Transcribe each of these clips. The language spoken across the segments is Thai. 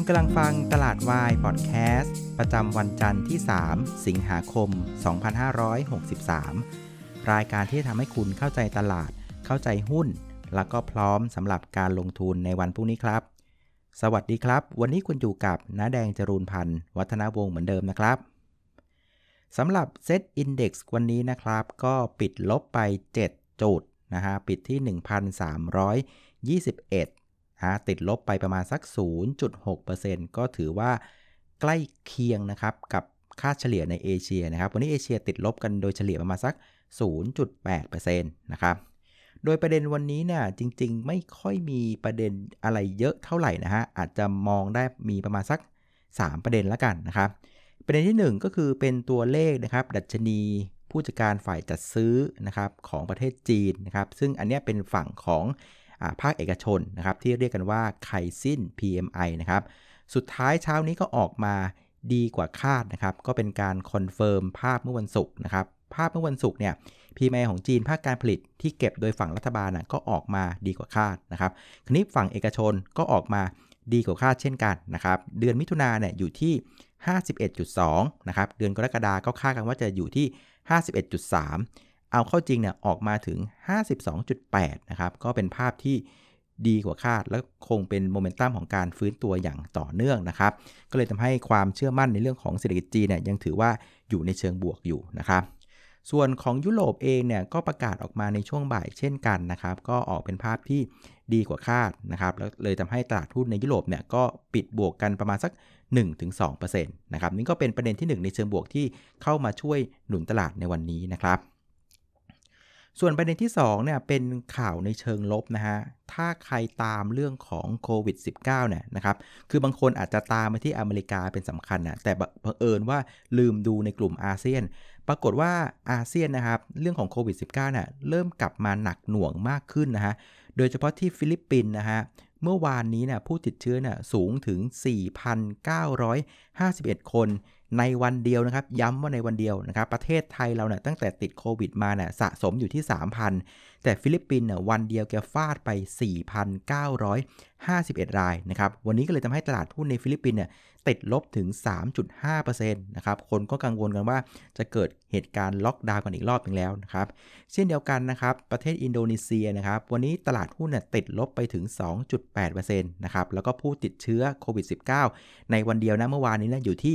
กำลังฟังตลาดวายพอดแคสต์ประจำวันจันทร์ที่3สิงหาคม2563รายการที่ทำให้คุณเข้าใจตลาดเข้าใจหุ้นแล้วก็พร้อมสำหรับการลงทุนในวันพรุ่งนี้ครับสวัสดีครับวันนี้คุณอยู่กับน้าแดงจรูนพันธ์วัฒนวงศ์เหมือนเดิมนะครับสำหรับ Set Index วันนี้นะครับก็ปิดลบไป7จุดนะฮะปิดที่ 1,321ติดลบไปประมาณสัก 0.6% ก็ถือว่าใกล้เคียงนะครับกับค่าเฉลี่ยในเอเชียนะครับวันนี้เอเชียติดลบกันโดยเฉลี่ยประมาณสัก 0.8% นะครับโดยประเด็นวันนี้เนี่ยจริงๆไม่ค่อยมีประเด็นอะไรเยอะเท่าไหร่นะฮะอาจจะมองได้มีประมาณสัก3ประเด็นละกันนะครับประเด็นที่1ก็คือเป็นตัวเลขนะครับดัชนีผู้จัดการฝ่ายจัดซื้อนะครับของประเทศจีนนะครับซึ่งอันนี้เป็นฝั่งของภาคเอกชนนะครับที่เรียกกันว่าไคซิน PMI นะครับสุดท้ายเช้านี้ก็ออกมาดีกว่าคาดนะครับก็เป็นการคอนเฟิร์มภาพเมื่อวันศุกร์นะครับภาพเมื่อวันศุกร์เนี่ย PMI ของจีนภาคการผลิตที่เก็บโดยฝั่งรัฐบาลก็ออกมาดีกว่าคาดนะครับคราวนี้ฝั่งเอกชนก็ออกมาดีกว่าคาดเช่นกันนะครับเดือนมิถุนายนเนี่ยอยู่ที่ 51.2 นะครับเดือนกรกฎาคมก็คาดกันว่าจะอยู่ที่ 51.3เอาเข้าจริงเนี่ยออกมาถึง 52.8 นะครับก็เป็นภาพที่ดีกว่าคาดและคงเป็นโมเมนตัมของการฟื้นตัวอย่างต่อเนื่องนะครับก็เลยทำให้ความเชื่อมั่นในเรื่องของเศรษฐกิจจีนเนี่ยยังถือว่าอยู่ในเชิงบวกอยู่นะครับส่วนของยุโรปเองเนี่ยก็ประกาศออกมาในช่วงบ่ายเช่นกันนะครับก็ออกเป็นภาพที่ดีกว่าคาดนะครับแล้วเลยทำให้ตลาดหุ้นในยุโรปเนี่ยก็ปิดบวกกันประมาณสัก 1-2% นะครับนี่ก็เป็นประเด็นที่1ในเชิงบวกที่เข้ามาช่วยหนุนตลาดในวันนี้นะครับส่วนประเด็นที่2เนี่ยเป็นข่าวในเชิงลบนะฮะถ้าใครตามเรื่องของโควิด -19 เนี่ยนะครับคือบางคนอาจจะตามไปที่อเมริกาเป็นสำคัญนะแต่บังเอิญว่าลืมดูในกลุ่มอาเซียนปรากฏว่าอาเซียนนะครับเรื่องของโควิด -19 เนี่ยเริ่มกลับมาหนักหน่วงมากขึ้นนะฮะโดยเฉพาะที่ฟิลิปปินส์นะฮะเมื่อวานนี้เนี่ยผู้ติดเชื้อเนี่ยสูงถึง 4,951 คนในวันเดียวนะครับย้ำว่าในวันเดียวนะครับประเทศไทยเราเนี่ยตั้งแต่ติดโควิดมาเนี่ยสะสมอยู่ที่ 3,000 แต่ฟิลิปปินส์เนี่ยวันเดียวแกฟาดไป 4,951 รายนะครับวันนี้ก็เลยทำให้ตลาดหุ้นในฟิลิปปินส์เนี่ยติดลบถึง 3.5% นะครับคนก็กังวลกันว่าจะเกิดเหตุการณ์ล็อกดาวน์กันอีกรอบนึงแล้วนะครับเช่นเดียวกันนะครับประเทศอินโดนีเซียนะครับวันนี้ตลาดหุ้นเนี่ยติดลบไปถึง 2.8% นะครับแล้วก็ผู้ติดเชื้อโควิด -19 ในวันเดียวนะเมื่อวานนี้นะอยู่ที่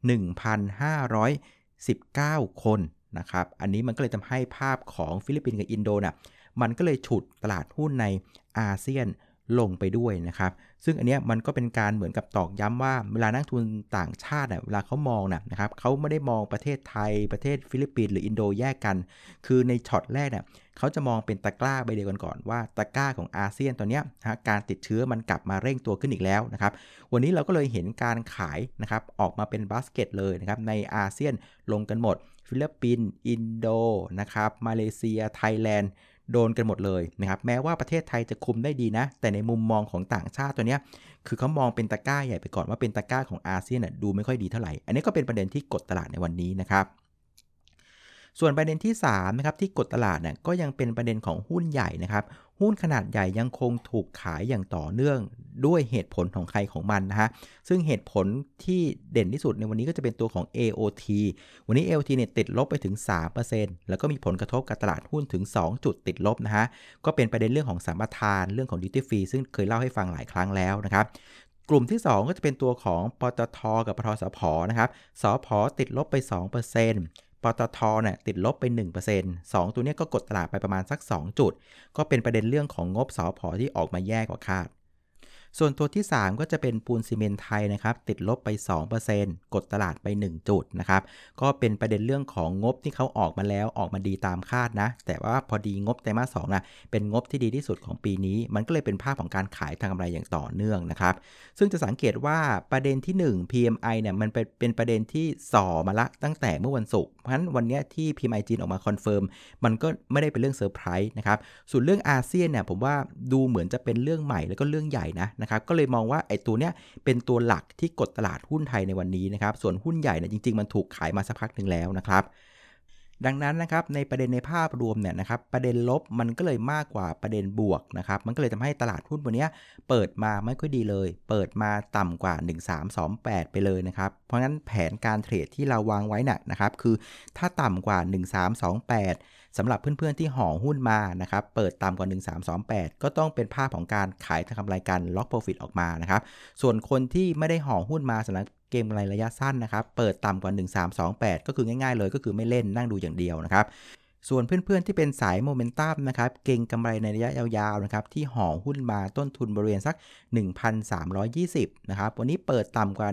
1,519 คนนะครับอันนี้มันก็เลยทำให้ภาพของฟิลิปปินส์กับอินโดน่ะมันก็เลยฉุดตลาดหุ้นในอาเซียนลงไปด้วยนะครับซึ่งอันเนี้ยมันก็เป็นการเหมือนกับตอกย้ำว่าเวลานักทุนต่างชาติเวลาเขามองนะครับเขาไม่ได้มองประเทศไทยประเทศฟิลิปปินส์หรืออินโดแยกกันคือในช็อตแรกเนี่ยเขาจะมองเป็นตะกร้าใบเดียวกันก่อนว่าตะกร้าของอาเซียนตอนนี้การติดเชื้อมันกลับมาเร่งตัวขึ้นอีกแล้วนะครับวันนี้เราก็เลยเห็นการขายนะครับออกมาเป็นบาสเกตเลยนะครับในอาเซียนลงกันหมดฟิลิปปินส์อินโดนะครับมาเลเซียไทยแลนด์โดนกันหมดเลยนะครับแม้ว่าประเทศไทยจะคุมได้ดีนะแต่ในมุมมองของต่างชาติตัวเนี้ยคือเขามองเป็นตะกร้าใหญ่ไปก่อนว่าเป็นตะกร้าของอาเซียนดูไม่ค่อยดีเท่าไหร่อันนี้ก็เป็นประเด็นที่กดตลาดในวันนี้นะครับส่วนประเด็นที่3นะครับที่กดตลาดเนี่ยก็ยังเป็นประเด็นของหุ้นใหญ่นะครับหุ้นขนาดใหญ่ยังคงถูกขายอย่างต่อเนื่องด้วยเหตุผลของใครของมันนะฮะซึ่งเหตุผลที่เด่นที่สุดในวันนี้ก็จะเป็นตัวของ AOT วันนี้ AOT เนี่ยติดลบไปถึง 3% แล้วก็มีผลกระทบกับตลาดหุ้นถึง2จุดติดลบนะฮะก็เป็นประเด็นเรื่องของสัมปทานเรื่องของ Duty Free ซึ่งเคยเล่าให้ฟังหลายครั้งแล้วนะครับกลุ่มที่2ก็จะเป็นตัวของปตท.กับปตท.สผ.นะครับสผ.ติดลบไป 2%ปตท.เนี่ยติดลบไป 1% 2ตัวนี้ก็กดตลาดไปประมาณสัก2จุดก็เป็นประเด็นเรื่องของงบสผ.ที่ออกมาแย่กว่าคาดส่วนตัวที่3ก็จะเป็นปูนซีเมนต์ไทยนะครับติดลบไป 2% กดตลาดไป1จุดนะครับก็เป็นประเด็นเรื่องของงบที่เขาออกมาแล้วออกมาดีตามคาดนะแต่ว่าพอดีงบไตรมาส2เป็นงบที่ดีที่สุดของปีนี้มันก็เลยเป็นภาพของการขายทางกำไรอย่างต่อเนื่องนะครับซึ่งจะสังเกตว่าประเด็นที่1 PMI เนี่ยมันเป็นประเด็นที่ส่อมาละตั้งแต่เมื่อวันศุกร์เพราะฉะนั้นวันนี้ที่ PMI จีนออกมาคอนเฟิร์มมันก็ไม่ได้เป็นเรื่องเซอร์ไพรส์นะครับส่วนเรื่องอาเซียนเนี่ยผมว่าดูเหมือนจะเป็นเรื่องใหม่แล้วก็เรื่องใหญ่นะครับก็เลยมองว่าไอ้ตัวเนี้ยเป็นตัวหลักที่กดตลาดหุ้นไทยในวันนี้นะครับส่วนหุ้นใหญ่เนี่ยจริงๆมันถูกขายมาสักพักนึงแล้วนะครับดังนั้นนะครับในประเด็นในภาพรวมเนี่ยนะครับประเด็นลบมันก็เลยมากกว่าประเด็นบวกนะครับมันก็เลยทำให้ตลาดหุ้นวันนี้เปิดมาไม่ค่อยดีเลยเปิดมาต่ำกว่า1328ไปเลยนะครับเพราะงั้นแผนการเทรดที่เราวางไว้นะครับคือถ้าต่ำกว่า1328สำหรับเพื่อนๆที่ห่อหุ้นมานะครับเปิดต่ำกว่า1328ก็ต้องเป็นภาพของการขายทำกำไรกันล็อกโปรฟิตออกมานะครับส่วนคนที่ไม่ได้ห่อหุ้นมาสำหรับเกมกำไรระยะสั้นนะครับเปิดต่ำกว่า1328ก็คือง่ายๆเลยก็คือไม่เล่นนั่งดูอย่างเดียวนะครับส่วนเพื่อนๆที่เป็นสายโมเมนตัมนะครับเก่งกำไรในระยะยาวๆนะครับที่ห่อหุ้นมาต้นทุนบริเวณสัก 1,320 นะครับวันนี้เปิดต่ำกว่า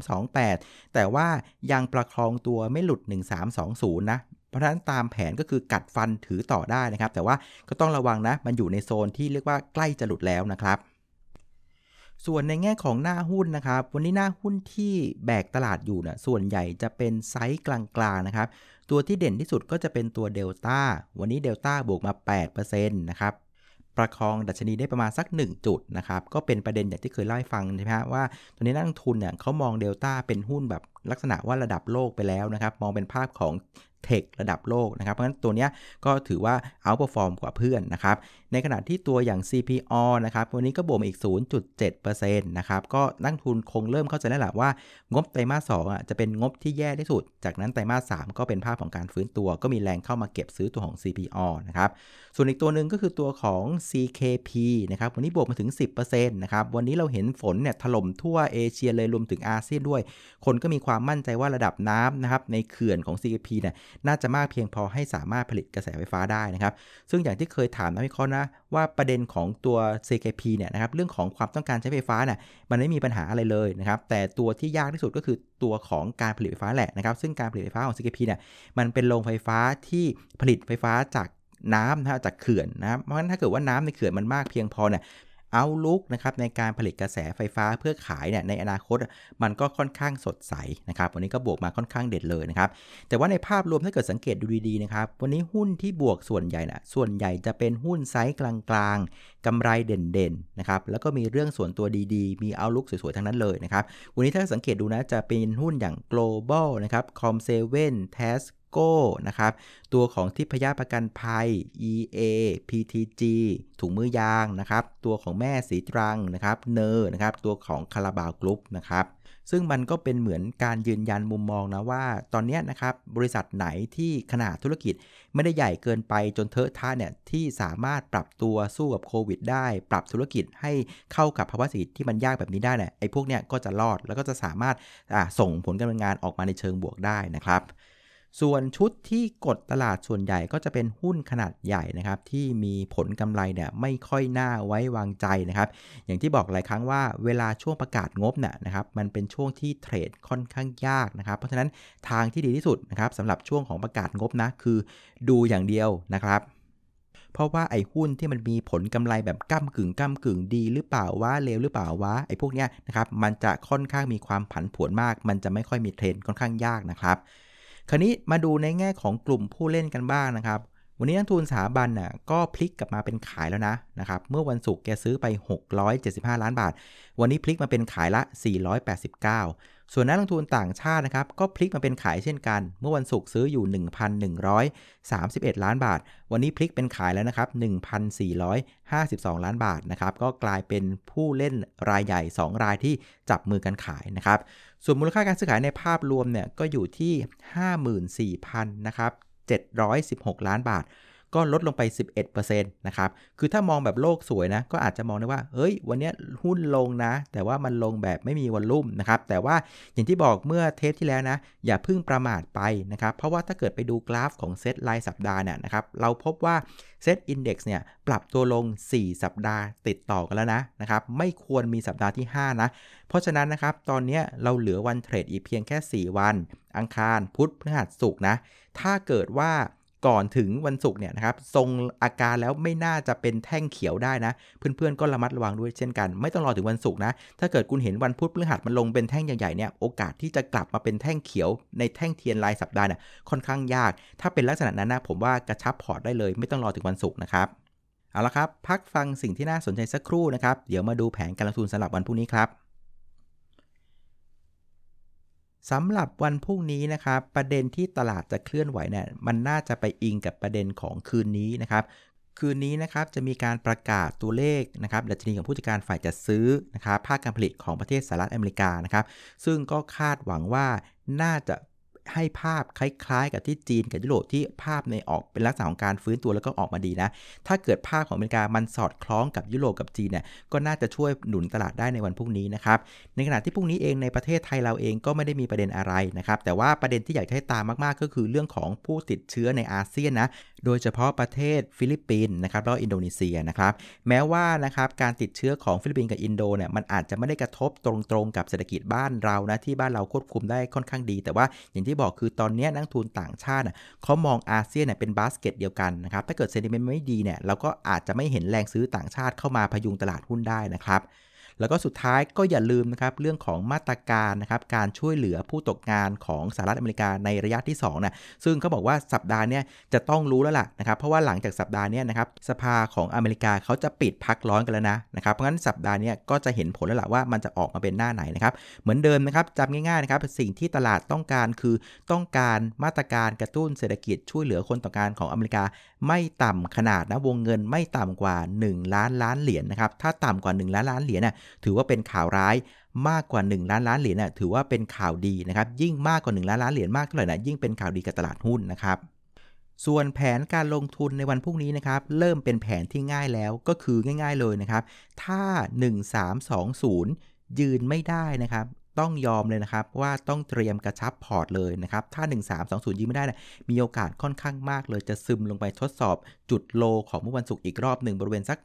1328แต่ว่ายังประคองตัวไม่หลุด1320นะเพราะฉะนั้นตามแผนก็คือกัดฟันถือต่อได้นะครับแต่ว่าก็ต้องระวังนะมันอยู่ในโซนที่เรียกว่าใกล้จะหลุดแล้วนะครับส่วนในแง่ของหน้าหุ้นนะครับวันนี้หน้าหุ้นที่แบกตลาดอยู่นะส่วนใหญ่จะเป็นไซส์กลางๆนะครับตัวที่เด่นที่สุดก็จะเป็นตัวเดลต้าวันนี้เดลต้าบวกมา 8% นะครับประคองดัชนีได้ประมาณสัก1จุดนะครับก็เป็นประเด็นอย่างที่เคยเล่าให้ฟังใช่ไหมฮะว่าตอนนี้นักลงทุนเนี่ยเขามองเดลต้าเป็นหุ้นแบบลักษณะว่าระดับโลกไปแล้วนะครับมองเป็นภาพของเทคระดับโลกนะครับเพราะฉะนั้นตัวนี้ก็ถือว่าเอาท์เพอร์ฟอร์มกว่าเพื่อนนะครับในขณะที่ตัวอย่าง CPO นะครับวันนี้ก็บวกอีก 0.7% นะครับก็นักทุนคงเริ่มเข้าใจแล้วแหละว่างบไตรมาส2จะเป็นงบที่แย่ที่สุดจากนั้นไตรมาส3ก็เป็นภาพของการฟื้นตัวก็มีแรงเข้ามาเก็บซื้อตัวของ CPO นะครับส่วนอีกตัวหนึ่งก็คือตัวของ CKP นะครับวันนี้บวกมาถึง 10% นะครับวันนี้เราเห็นฝนเนี่ยถล่มทั่วเอเชียเลยรวมถึงอาเซียนด้วยคนก็มีความมั่นใจว่าระดับน้ำนะครับในเขื่อนของ CKP เนี่ยน่าจะมากเพียงพอให้สามารถผลิตกระแสไฟฟ้าได้นะครับซึ่งอย่างที่เคยถามนักวิเคราะห์นะว่าประเด็นของตัว CKP เนี่ยนะครับเรื่องของความต้องการใช้ไฟฟ้าเนี่ยมันไม่มีปัญหาอะไรเลยนะครับแต่ตัวที่ยากที่สุดก็คือตัวของการผลิตไฟฟ้าแหละนะครับซึ่งการผลิตไฟฟ้าของ CKP เนี่ยมันเป็นโรงไฟฟ้าที่ผลิตไฟฟ้าจากน้ำนะจากเขื่อนนะครับเพราะฉะนั้นถ้าเกิดว่าน้ำในเขื่อนมันมากเพียงพอเนี่ยเอาลุกนะครับในการผลิตกระแสไฟฟ้าเพื่อขายเนี่ยในอนาคตมันก็ค่อนข้างสดใสนะครับวันนี้ก็บวกมาค่อนข้างเด่นเลยนะครับแต่ว่าในภาพรวมถ้าเกิดสังเกตดูดีๆนะครับวันนี้หุ้นที่บวกส่วนใหญ่จะเป็นหุ้นไซส์กลางๆกำไรเด่นๆนะครับแล้วก็มีเรื่องส่วนตัวดีๆมีเอาลุกสวยๆทั้งนั้นเลยนะครับวันนี้ถ้าสังเกตดูนะจะเป็นหุ้นอย่าง global นะครับ Com7 Tesco นะครับตัวของทิพยประกันภัย EA PTG ถุงมือยางนะครับตัวของแม่สีตรังนะครับเนอร์นะครับตัวของคาราบาวกรุ๊ปนะครับซึ่งมันก็เป็นเหมือนการยืนยันมุมมองนะว่าตอนนี้นะครับบริษัทไหนที่ขนาดธุรกิจไม่ได้ใหญ่เกินไปจนเทอะทะเนี่ยที่สามารถปรับตัวสู้กับโควิดได้ปรับธุรกิจให้เข้ากับภาวะเศรษฐกิจที่มันยากแบบนี้ได้เนี่ยไอ้พวกเนี้ยก็จะรอดแล้วก็จะสามารถส่งผลการงานออกมาในเชิงบวกได้นะครับส่วนชุดที่กดตลาดส่วนใหญ่ก็จะเป็นหุ้นขนาดใหญ่นะครับที่มีผลกำไรเนี่ยไม่ค่อยน่าไว้วางใจนะครับอย่างที่บอกหลายครั้งว่าเวลาช่วงประกาศงบเนี่ยนะครับมันเป็นช่วงที่เทรดค่อนข้างยากนะครับเพราะฉะนั้นทางที่ดีที่สุดนะครับสำหรับช่วงของประกาศงบนะคือดูอย่างเดียวนะครับเพราะว่าไอ้หุ้นที่มันมีผลกำไรแบบก้ำกึ่งดีหรือเปล่าวะเลวหรือเปล่าวะไอ้พวกเนี้ยนะครับมันจะค่อนข้างมีความผันผวนมากมันจะไม่ค่อยมีเทรนค่อนข้างยากนะครับคราวนี้มาดูในแง่ของกลุ่มผู้เล่นกันบ้างนะครับวันนี้นักทุนสถาบันน่ะก็พลิกกลับมาเป็นขายแล้วนะครับเมื่อวันศุกร์แกซื้อไป675ล้านบาทวันนี้พลิกมาเป็นขายละ489ส่วนนักลงทุนต่างชาตินะครับก็พลิกมาเป็นขายเช่นกันเมื่อวันศุกร์ซื้ออยู่ 1,131 ล้านบาทวันนี้พลิกเป็นขายแล้วนะครับ 1,452 ล้านบาทนะครับก็กลายเป็นผู้เล่นรายใหญ่2รายที่จับมือกันขายนะครับส่วนมูลค่าการซื้อขายในภาพรวมเนี่ยก็อยู่ที่ 54,000 นะครับ716 ล้านบาทก็ลดลงไป 11% นะครับคือถ้ามองแบบโลกสวยนะก็อาจจะมองได้ว่าเฮ้ยวันนี้หุ้นลงนะแต่ว่ามันลงแบบไม่มีวอลลุ่มนะครับแต่ว่าอย่างที่บอกเมื่อเทปที่แล้วนะอย่าเพิ่งประมาทไปนะครับเพราะว่าถ้าเกิดไปดูกราฟของเซตรายสัปดาห์เนี่ยนะครับเราพบว่าเซตอินเด็กซ์เนี่ยปรับตัวลง4สัปดาห์ติดต่อกันแล้วนะครับไม่ควรมีสัปดาห์ที่5นะเพราะฉะนั้นนะครับตอนนี้เราเหลือวันเทรดอีกเพียงแค่4วันอังคารพุธพฤหัสศุกร์นะถ้าเกิดว่าก่อนถึงวันศุกร์เนี่ยนะครับทรงอาการแล้วไม่น่าจะเป็นแท่งเขียวได้นะเพื่อนๆก็ระมัดระวังด้วยเช่นกันไม่ต้องรอถึงวันศุกร์นะถ้าเกิดคุณเห็นวันพุธพฤหัสมันลงเป็นแท่งใหญ่ๆเนี่ยโอกาสที่จะกลับมาเป็นแท่งเขียวในแท่งเทียนรายสัปดาห์เนี่ยค่อนข้างยากถ้าเป็นลักษณะนั้นนะผมว่ากระชับพอร์ตได้เลยไม่ต้องรอถึงวันศุกร์นะครับเอาละครับพักฟังสิ่งที่น่าสนใจสักครู่นะครับเดี๋ยวมาดูแผนการลงทุนสำหรับวันพรุ่งนี้ครับสำหรับวันพรุ่งนี้นะครับประเด็นที่ตลาดจะเคลื่อนไหวเนี่ยมันน่าจะไปอิงกับประเด็นของคืนนี้นะครับคืนนี้นะครับจะมีการประกาศตัวเลขนะครับดัชนีของผู้จัดการฝ่ายจัดซื้อนะครับภาคการผลิตของประเทศสหรัฐอเมริกานะครับซึ่งก็คาดหวังว่าน่าจะให้ภาพคล้ายๆกับที่จีนกับยุโรปที่ภาพในออกเป็นลักษณะของการฟื้นตัวแล้วก็ออกมาดีนะถ้าเกิดภาพของอเมริกามันสอดคล้องกับยุโรปกับจีนเนี่ยก็น่าจะช่วยหนุนตลาดได้ในวันพรุ่งนี้นะครับในขณะที่พรุ่งนี้เองในประเทศไทยเราเองก็ไม่ได้มีประเด็นอะไรนะครับแต่ว่าประเด็นที่อยากให้ตามมากๆก็คือเรื่องของผู้ติดเชื้อในอาเซียนนะโดยเฉพาะประเทศฟิลิปปินส์นะครับแล้วก็อินโดนีเซียนะครับแม้ว่านะครับการติดเชื้อของฟิลิปปินส์กับอินโดเนี่ยมันอาจจะไม่ได้กระทบตรงๆกับเศรษฐกิจบ้านเรานะที่บ้านเราควบคุมได้ค่อนข้างดีแต่ว่าอย่างที่บอกคือตอนนี้นักทุนต่างชาติเขามองอาเซียนเป็นบาสเกตเดียวกันนะครับถ้าเกิดเซนติเมนต์ไม่ดีเนี่ยเราก็อาจจะไม่เห็นแรงซื้อต่างชาติเข้ามาพยุงตลาดหุ้นได้นะครับแล้วก็สุดท้ายก็อย่าลืมนะครับเรื่องของมาตรการนะครับการช่วยเหลือผู้ตกงานของสหรัฐอเมริกาในระยะที่2นะซึ่งเขาบอกว่าสัปดาห์นี้จะต้องรู้แล้วล่ะนะครับเพราะว่าหลังจากสัปดาห์นี้นะครับสภาของอเมริกาเขาจะปิดพักร้อนกันแล้วนะครับเพราะงั้นสัปดาห์นี้ก็จะเห็นผลแล้วล่ะว่ามันจะออกมาเป็นหน้าไหนนะครับเหมือนเดิมนะครับจำง่ายๆนะครับสิ่งที่ตลาดต้องการคือต้องการมาตรการกระตุ้นเศรษฐกิจช่วยเหลือคนตกงานของอเมริกาไม่ต่ำขนาดนะวงเงินไม่ต่ำกว่า1 ล้านล้านเหรียญนะครับถ้าต่ำกว่า1 ล้านล้านเหรียญน่ะถือว่าเป็นข่าวร้ายมากกว่า1 ล้านล้านเหรียญน่ะถือว่าเป็นข่าวดีนะครับยิ่งมากกว่า1 ล้านล้านเหรียญมากเท่าไหร่นะยิ่งเป็นข่าวดีกับตลาดหุ้นนะครับส่วนแผนการลงทุนในวันพรุ่งนี้นะครับเริ่มเป็นแผนที่ง่ายแล้วก็คือง่ายๆเลยนะครับถ้า1320ยืนไม่ได้นะครับต้องยอมเลยนะครับว่าต้องเตรียมกระชับพอร์ตเลยนะครับถ้า1320ยืนไม่ได้นะมีโอกาสค่อนข้างมากเลยจะซึมลงไปทดสอบจุดโลของเมื่อวันศุกร์อีกรอบหนึ่งบริเวณสัก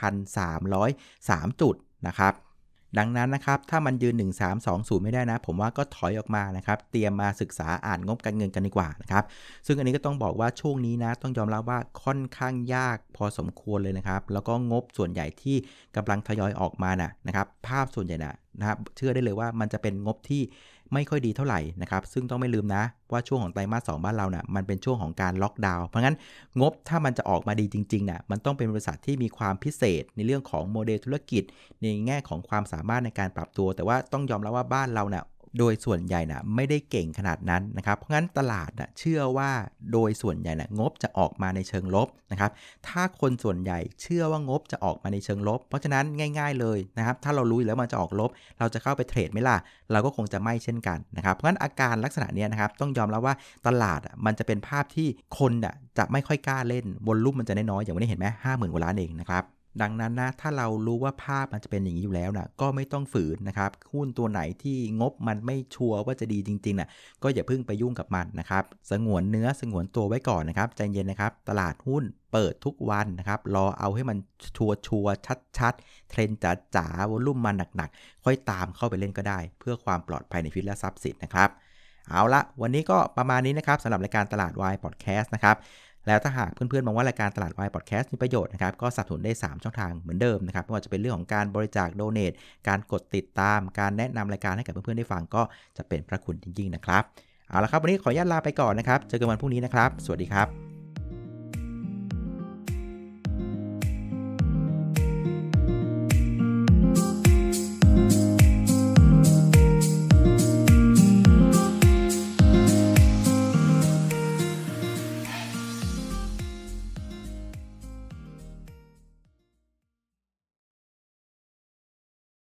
1,303 จุดนะครับดังนั้นนะครับถ้ามันยืน1320ไม่ได้นะผมว่าก็ถอยออกมานะครับเตรียมมาศึกษาอ่านงบการเงินกันดีกว่านะครับซึ่งอันนี้ก็ต้องบอกว่าช่วงนี้นะต้องยอมรับว่าค่อนข้างยากพอสมควรเลยนะครับแล้วก็งบส่วนใหญ่ที่กำลังทยอยออกมานะครับภาพส่วนใหญ่นะครับเชื่อได้เลยว่ามันจะเป็นงบที่ไม่ค่อยดีเท่าไหร่นะครับซึ่งต้องไม่ลืมนะว่าช่วงของไตรมาส2บ้านเรามันเป็นช่วงของการล็อกดาวน์เพราะงั้นงบถ้ามันจะออกมาดีจริงๆมันต้องเป็นบริษัทที่มีความพิเศษในเรื่องของโมเดลธุรกิจในแง่ของความสามารถในการปรับตัวแต่ว่าต้องยอมรับว่าบ้านเราโดยส่วนใหญ่ไม่ได้เก่งขนาดนั้นนะครับเพราะงั้นตลาดเชื่อว่าโดยส่วนใหญ่งบจะออกมาในเชิงลบนะครับถ้าคนส่วนใหญ่เชื่อว่างบจะออกมาในเชิงลบเพราะฉะนั้นง่ายๆเลยนะครับถ้าเรารู้แล้วมันจะออกลบเราจะเข้าไปเทรดไหมล่ะเราก็คงจะไม่เช่นกันนะครับเพราะงั้นอาการลักษณะนี้นะครับต้องยอมรับว่าตลาดมันจะเป็นภาพที่คนจะไม่ค่อยกล้าเล่นวอลลุ่มมันจะน้อยๆอย่างวันนี้เห็นไหม50,000 กว่าล้านเองนะครับดังนั้นถ้าเรารู้ว่าภาพมันจะเป็นอย่างนี้อยู่แล้วก็ไม่ต้องฝืนนะครับหุ้นตัวไหนที่งบมันไม่ชัวร์ว่าจะดีจริงๆก็อย่าเพิ่งไปยุ่งกับมันนะครับสงวนเนื้อสงวนตัวไว้ก่อนนะครับใจเย็นนะครับตลาดหุ้นเปิดทุกวันนะครับรอเอาให้มันชัวร์ชัดเทรนด์จ๋าวอลุ่มมันหนักๆค่อยตามเข้าไปเล่นก็ได้เพื่อความปลอดภัยในชีวิตและทรัพย์สินนะครับเอาละวันนี้ก็ประมาณนี้นะครับสำหรับรายการตลาดวายพอดแคสต์นะครับแล้วถ้าหากเพื่อนๆมองว่ารายการตลาดวายพอดแคสต์มีประโยชน์นะครับก็สนับสนุนได้3ช่องทางเหมือนเดิมนะครับไม่ว่าจะเป็นเรื่องของการบริจาคโดเนทการกดติดตามการแนะนำรายการให้กับเพื่อนๆได้ฟังก็จะเป็นพระคุณจริงๆนะครับเอาละครับวันนี้ขออนุญาตลาไปก่อนนะครับเจอกันวันพรุ่งนี้นะครับสวัสดีครับ